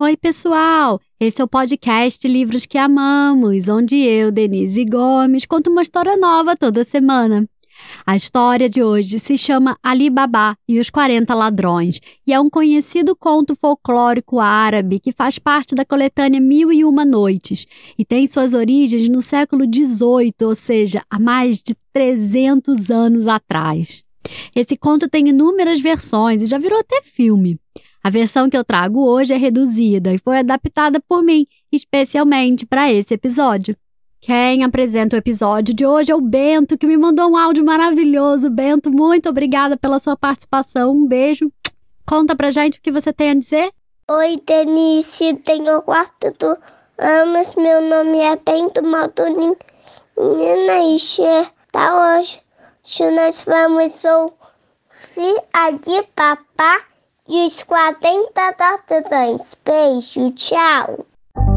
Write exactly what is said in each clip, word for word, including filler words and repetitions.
Oi, pessoal! Esse é o podcast Livros que Amamos, onde eu, Denise Gomes, conto uma história nova toda semana. A história de hoje se chama Ali Baba e os quarenta Ladrões e é um conhecido conto folclórico árabe que faz parte da coletânea Mil e Uma Noites e tem suas origens no século dezoito, ou seja, há mais de trezentos anos atrás. Esse conto tem inúmeras versões e já virou até filme. A versão que eu trago hoje é reduzida e foi adaptada por mim, especialmente para esse episódio. Quem apresenta o episódio de hoje é o Bento, que me mandou um áudio maravilhoso. Bento, muito obrigada pela sua participação. Um beijo. Conta pra gente o que você tem a dizer. Oi, Denise. Tenho quatro anos. Meu nome é Bento Maltolin. Menina Ixê. Tá hoje. Hoje nós vamos ouvir Ali Baba e os quarenta Ladrões. Beijo, tchau.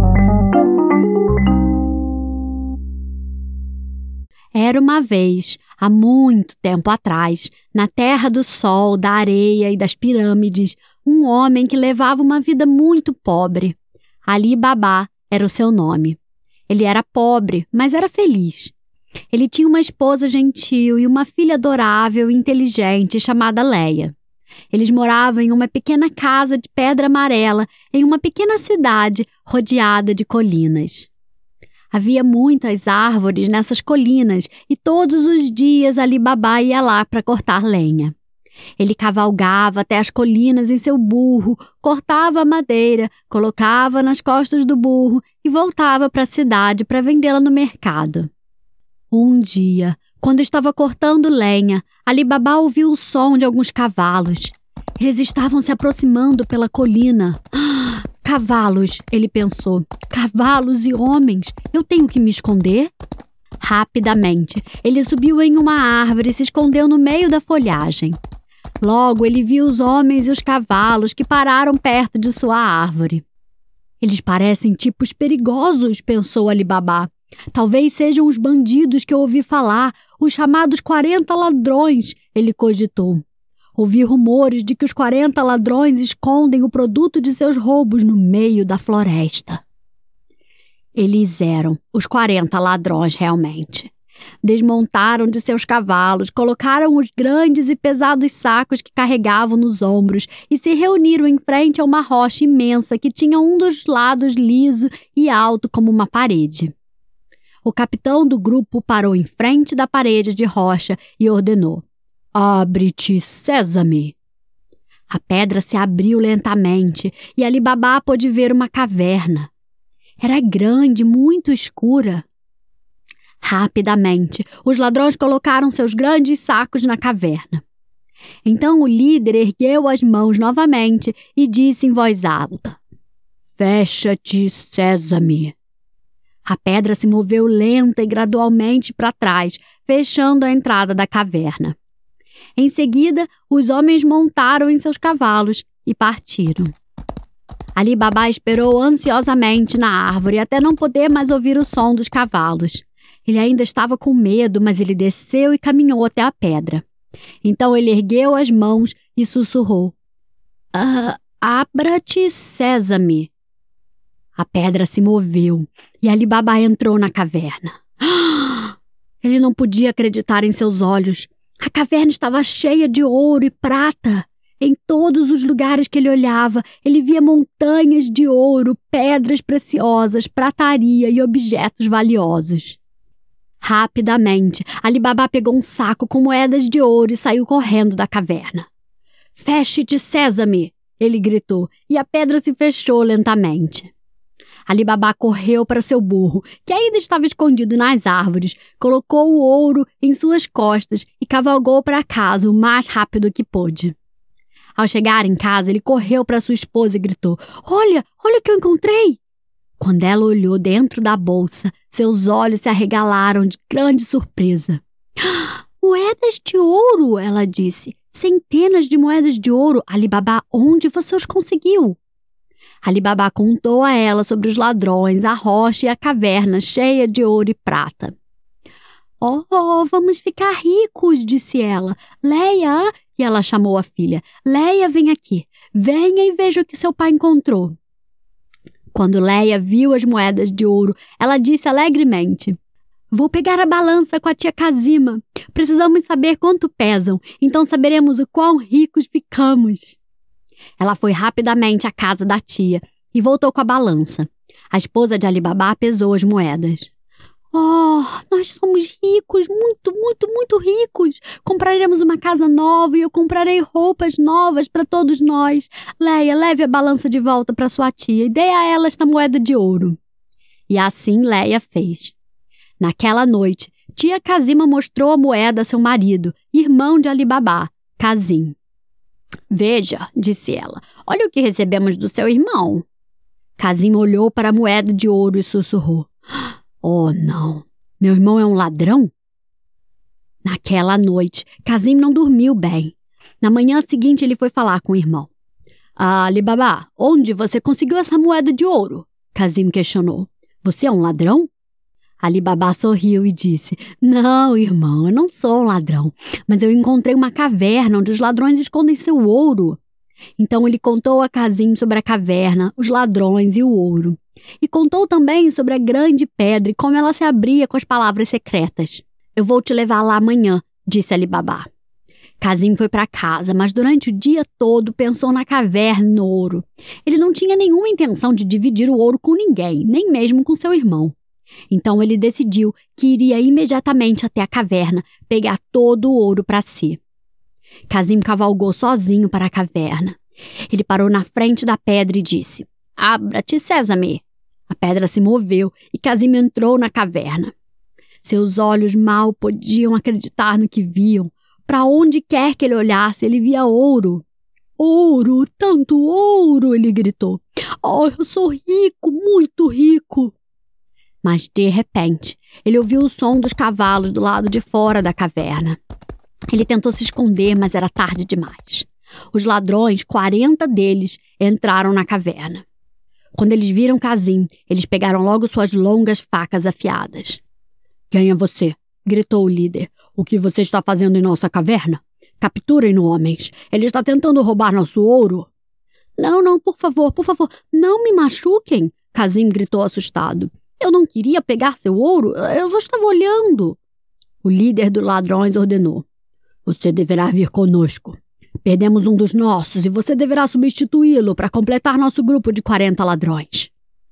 Era uma vez, há muito tempo atrás, na terra do sol, da areia e das pirâmides, um homem que levava uma vida muito pobre. Ali Baba era o seu nome. Ele era pobre, mas era feliz. Ele tinha uma esposa gentil e uma filha adorável e inteligente chamada Leia. Eles moravam em uma pequena casa de pedra amarela, em uma pequena cidade rodeada de colinas. Havia muitas árvores nessas colinas e todos os dias Ali Baba ia lá para cortar lenha. Ele cavalgava até as colinas em seu burro, cortava a madeira, colocava nas costas do burro e voltava para a cidade para vendê-la no mercado. Um dia, quando estava cortando lenha, Ali Baba ouviu o som de alguns cavalos. Eles estavam se aproximando pela colina. Ah, cavalos, ele pensou. Cavalos e homens. Eu tenho que me esconder? Rapidamente, ele subiu em uma árvore e se escondeu no meio da folhagem. Logo, ele viu os homens e os cavalos que pararam perto de sua árvore. Eles parecem tipos perigosos, pensou Ali Baba. Talvez sejam os bandidos que eu ouvi falar, os chamados quarenta ladrões, ele cogitou. Ouvi rumores de que os quarenta ladrões escondem o produto de seus roubos no meio da floresta. Eles eram os quarenta ladrões realmente. Desmontaram de seus cavalos, colocaram os grandes e pesados sacos que carregavam nos ombros e se reuniram em frente a uma rocha imensa que tinha um dos lados liso e alto como uma parede. O capitão do grupo parou em frente da parede de rocha e ordenou: "Abre-te, sésame!" A pedra se abriu lentamente e Ali Baba pôde ver uma caverna. Era grande, muito escura. Rapidamente, os ladrões colocaram seus grandes sacos na caverna. Então o líder ergueu as mãos novamente e disse em voz alta: "Fecha-te, sésame!" A pedra se moveu lenta e gradualmente para trás, fechando a entrada da caverna. Em seguida, os homens montaram em seus cavalos e partiram. Ali Baba esperou ansiosamente na árvore até não poder mais ouvir o som dos cavalos. Ele ainda estava com medo, mas ele desceu e caminhou até a pedra. Então ele ergueu as mãos e sussurrou: ah, "Abra-te, sésame!" A pedra se moveu e Ali Baba entrou na caverna. Ele não podia acreditar em seus olhos. A caverna estava cheia de ouro e prata. Em todos os lugares que ele olhava, ele via montanhas de ouro, pedras preciosas, prataria e objetos valiosos. Rapidamente, Ali Baba pegou um saco com moedas de ouro e saiu correndo da caverna. "Feche-te, sésame!" ele gritou, e a pedra se fechou lentamente. Ali Baba correu para seu burro, que ainda estava escondido nas árvores, colocou o ouro em suas costas e cavalgou para casa o mais rápido que pôde. Ao chegar em casa, ele correu para sua esposa e gritou: "Olha, olha o que eu encontrei!" Quando ela olhou dentro da bolsa, seus olhos se arregalaram de grande surpresa. "Moedas de ouro!" ela disse. "Centenas de moedas de ouro! Ali Baba, onde você os conseguiu?" Ali Baba contou a ela sobre os ladrões, a rocha e a caverna cheia de ouro e prata. "Oh, vamos ficar ricos!" disse ela. "Leia!" E ela chamou a filha. "Leia, vem aqui. Venha e veja o que seu pai encontrou." Quando Leia viu as moedas de ouro, ela disse alegremente: "Vou pegar a balança com a tia Kazima. Precisamos saber quanto pesam, então saberemos o quão ricos ficamos." Ela foi rapidamente à casa da tia e voltou com a balança. A esposa de Ali Babá pesou as moedas. "Oh, nós somos ricos, muito, muito, muito ricos. Compraremos uma casa nova e eu comprarei roupas novas para todos nós. Leia, leve a balança de volta para sua tia e dê a ela esta moeda de ouro." E assim Leia fez. Naquela noite, tia Kazima mostrou a moeda a seu marido, irmão de Ali Babá, Kazim. "Veja", disse ela, "olha o que recebemos do seu irmão." Kazim olhou para a moeda de ouro e sussurrou: "Oh, não! Meu irmão é um ladrão?" Naquela noite, Kazim não dormiu bem. Na manhã seguinte, ele foi falar com o irmão. "Ah, Ali Babá, onde você conseguiu essa moeda de ouro?" Kazim questionou. "Você é um ladrão?" Ali Babá sorriu e disse: "Não, irmão, eu não sou um ladrão, mas eu encontrei uma caverna onde os ladrões escondem seu ouro." Então ele contou a Kazim sobre a caverna, os ladrões e o ouro. E contou também sobre a grande pedra e como ela se abria com as palavras secretas. "Eu vou te levar lá amanhã", disse Ali Babá. Kazim foi para casa, mas durante o dia todo pensou na caverna e no ouro. Ele não tinha nenhuma intenção de dividir o ouro com ninguém, nem mesmo com seu irmão. Então ele decidiu que iria imediatamente até a caverna pegar todo o ouro para si. Kazim cavalgou sozinho para a caverna. Ele parou na frente da pedra e disse: "Abra-te, Sésame." A pedra se moveu e Kazim entrou na caverna. Seus olhos mal podiam acreditar no que viam. Para onde quer que ele olhasse, ele via ouro. "Ouro, tanto ouro!" ele gritou. "Oh, eu sou rico, muito rico!" Mas, de repente, ele ouviu o som dos cavalos do lado de fora da caverna. Ele tentou se esconder, mas era tarde demais. Os ladrões, quarenta deles, entraram na caverna. Quando eles viram Kazim, eles pegaram logo suas longas facas afiadas. "Quem é você?" gritou o líder. "O que você está fazendo em nossa caverna? Capturem-no, homens. Ele está tentando roubar nosso ouro." "Não, não, por favor, por favor, não me machuquem!" Kazim gritou assustado. "Eu não queria pegar seu ouro, eu só estava olhando." O líder dos ladrões ordenou: "Você deverá vir conosco. Perdemos um dos nossos e você deverá substituí-lo para completar nosso grupo de quarenta ladrões."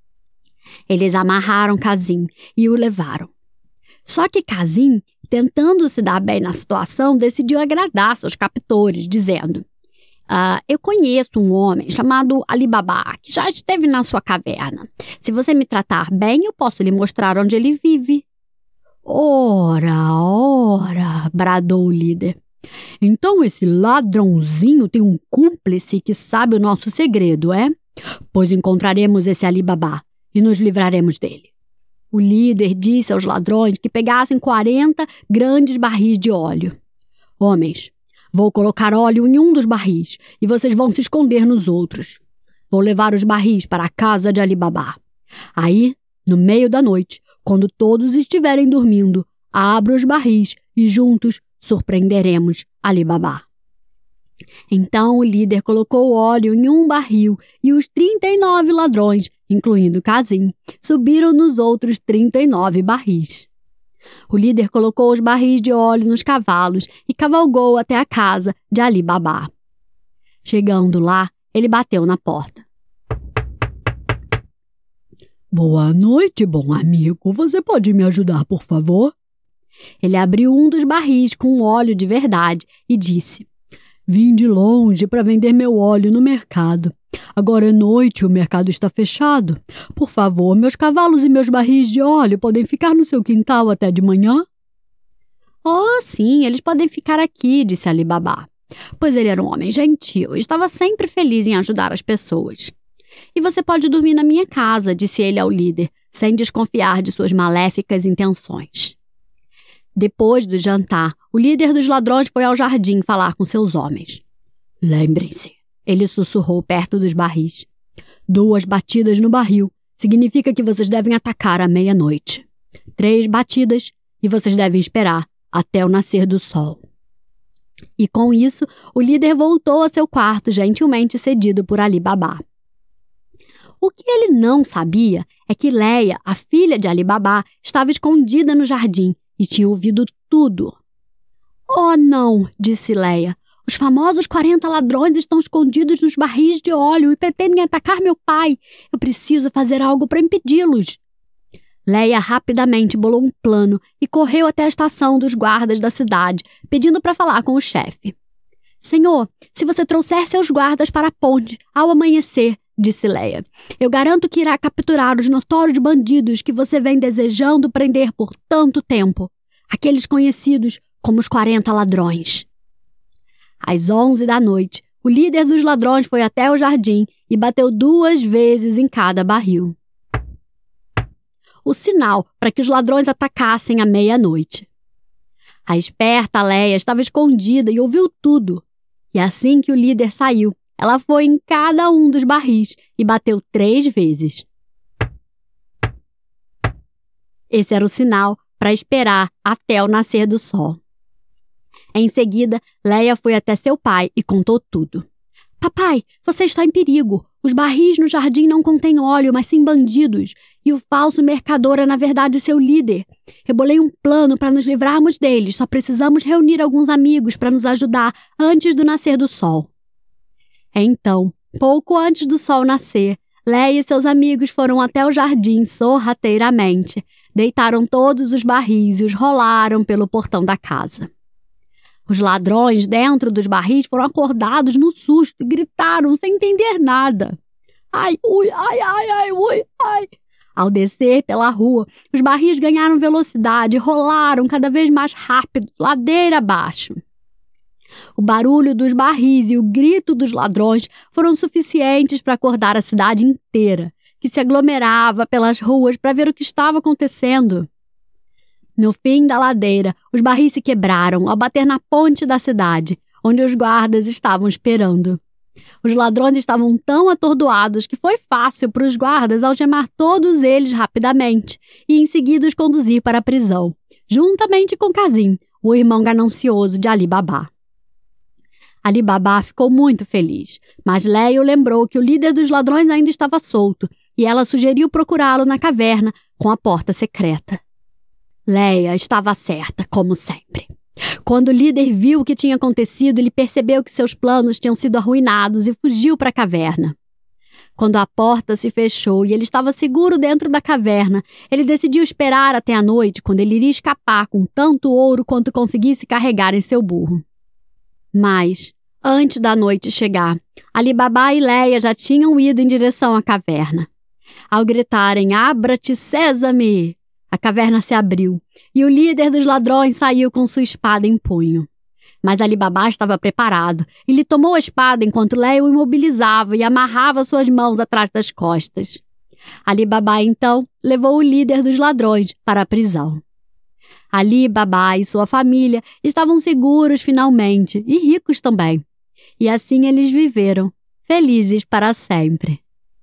Eles amarraram Kazim e o levaram. Só que Kazim, tentando se dar bem na situação, decidiu agradar seus captores, dizendo: Ah, eu conheço um homem chamado Ali Babá, que já esteve na sua caverna. Se você me tratar bem, eu posso lhe mostrar onde ele vive." "Ora, ora!" bradou o líder. "Então esse ladrãozinho tem um cúmplice que sabe o nosso segredo, é? Pois encontraremos esse Ali Babá e nos livraremos dele." O líder disse aos ladrões que pegassem quarenta grandes barris de óleo. "Homens, vou colocar óleo em um dos barris e vocês vão se esconder nos outros. Vou levar os barris para a casa de Ali Babá. Aí, no meio da noite, quando todos estiverem dormindo, abro os barris e juntos surpreenderemos Ali Babá." Então o líder colocou óleo em um barril e os trinta e nove ladrões, incluindo Kazim, subiram nos outros trinta e nove barris. O líder colocou os barris de óleo nos cavalos e cavalgou até a casa de Ali Babá. Chegando lá, ele bateu na porta. "Boa noite, bom amigo. Você pode me ajudar, por favor?" Ele abriu um dos barris com óleo de verdade e disse: "Vim de longe para vender meu óleo no mercado. Agora é noite e o mercado está fechado. Por favor, meus cavalos e meus barris de óleo podem ficar no seu quintal até de manhã?" "Oh, sim, eles podem ficar aqui", disse Ali Babá, pois ele era um homem gentil e estava sempre feliz em ajudar as pessoas. "E você pode dormir na minha casa", disse ele ao líder, sem desconfiar de suas maléficas intenções. Depois do jantar, o líder dos ladrões foi ao jardim falar com seus homens. "Lembrem-se", ele sussurrou perto dos barris. "Duas batidas no barril significa que vocês devem atacar à meia-noite. Três batidas e vocês devem esperar até o nascer do sol." E com isso, o líder voltou a seu quarto, gentilmente cedido por Ali Babá. O que ele não sabia é que Leia, a filha de Ali Babá, estava escondida no jardim e tinha ouvido tudo. «Oh, não!» disse Leia. «Os famosos quarenta ladrões estão escondidos nos barris de óleo e pretendem atacar meu pai. Eu preciso fazer algo para impedi-los.» Leia rapidamente bolou um plano e correu até a estação dos guardas da cidade, pedindo para falar com o chefe. «Senhor, se você trouxer seus guardas para a ponte ao amanhecer», disse Leia, «eu garanto que irá capturar os notórios bandidos que você vem desejando prender por tanto tempo, aqueles conhecidos como os quarenta ladrões.» Às onze da noite, o líder dos ladrões foi até o jardim e bateu duas vezes em cada barril. O sinal para que os ladrões atacassem à meia-noite. A esperta Leia estava escondida e ouviu tudo. E assim que o líder saiu, ela foi em cada um dos barris e bateu três vezes. Esse era o sinal para esperar até o nascer do sol. Em seguida, Leia foi até seu pai e contou tudo. «Papai, você está em perigo. Os barris no jardim não contêm óleo, mas sim bandidos. E o falso mercador é, na verdade, seu líder. Eu bolei um plano para nos livrarmos deles. Só precisamos reunir alguns amigos para nos ajudar antes do nascer do sol.» Então, pouco antes do sol nascer, Leia e seus amigos foram até o jardim sorrateiramente. Deitaram todos os barris e os rolaram pelo portão da casa. Os ladrões dentro dos barris foram acordados no susto e gritaram sem entender nada. Ai, ui, ai, ai, ai, ui, ai. Ao descer pela rua, os barris ganharam velocidade e rolaram cada vez mais rápido, ladeira abaixo. O barulho dos barris e o grito dos ladrões foram suficientes para acordar a cidade inteira, que se aglomerava pelas ruas para ver o que estava acontecendo. No fim da ladeira, os barris se quebraram ao bater na ponte da cidade, onde os guardas estavam esperando. Os ladrões estavam tão atordoados que foi fácil para os guardas algemar todos eles rapidamente e em seguida os conduzir para a prisão, juntamente com Kazim, o irmão ganancioso de Ali Babá. Ali Babá ficou muito feliz, mas Leia lembrou que o líder dos ladrões ainda estava solto e ela sugeriu procurá-lo na caverna com a porta secreta. Leia estava certa, como sempre. Quando o líder viu o que tinha acontecido, ele percebeu que seus planos tinham sido arruinados e fugiu para a caverna. Quando a porta se fechou e ele estava seguro dentro da caverna, ele decidiu esperar até a noite, quando ele iria escapar com tanto ouro quanto conseguisse carregar em seu burro. Mas, antes da noite chegar, Ali Babá e Leia já tinham ido em direção à caverna. Ao gritarem, "Abra-te, Sésame!", a caverna se abriu e o líder dos ladrões saiu com sua espada em punho. Mas Ali Babá estava preparado e lhe tomou a espada enquanto Leia o imobilizava e amarrava suas mãos atrás das costas. Ali Babá, então, levou o líder dos ladrões para a prisão. Ali Babá e sua família estavam seguros finalmente e ricos também. E assim eles viveram, felizes para sempre.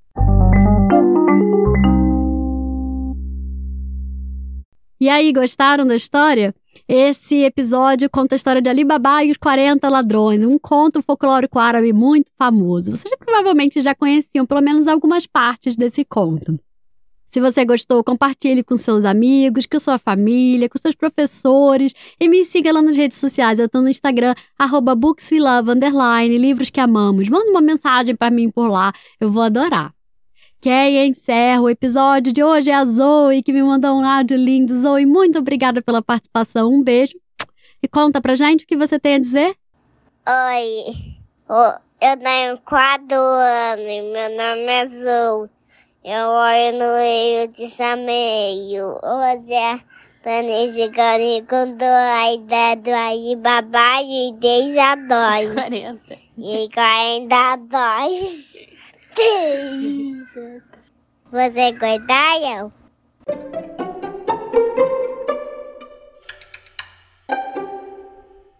E aí, gostaram da história? Esse episódio conta a história de Ali Babá e os quarenta ladrões, um conto folclórico árabe muito famoso. Vocês provavelmente já conheciam pelo menos algumas partes desse conto. Se você gostou, compartilhe com seus amigos, com sua família, com seus professores e me siga lá nas redes sociais. Eu estou no Instagram, arroba bookswelove, underline, livros que amamos. Manda uma mensagem para mim por lá, eu vou adorar. Quem encerra o episódio de hoje é a Zoe, que me mandou um áudio lindo. Zoe, muito obrigada pela participação. Um beijo. E conta pra gente o que você tem a dizer. Oi, oh, eu tenho quatro anos, meu nome é Zoe. Eu moro no Rio de Janeiro. Hoje é Tanise Gani com a ideia do Ali Babá e dez a dois. quarenta. E quarenta a dois. Você gostaram?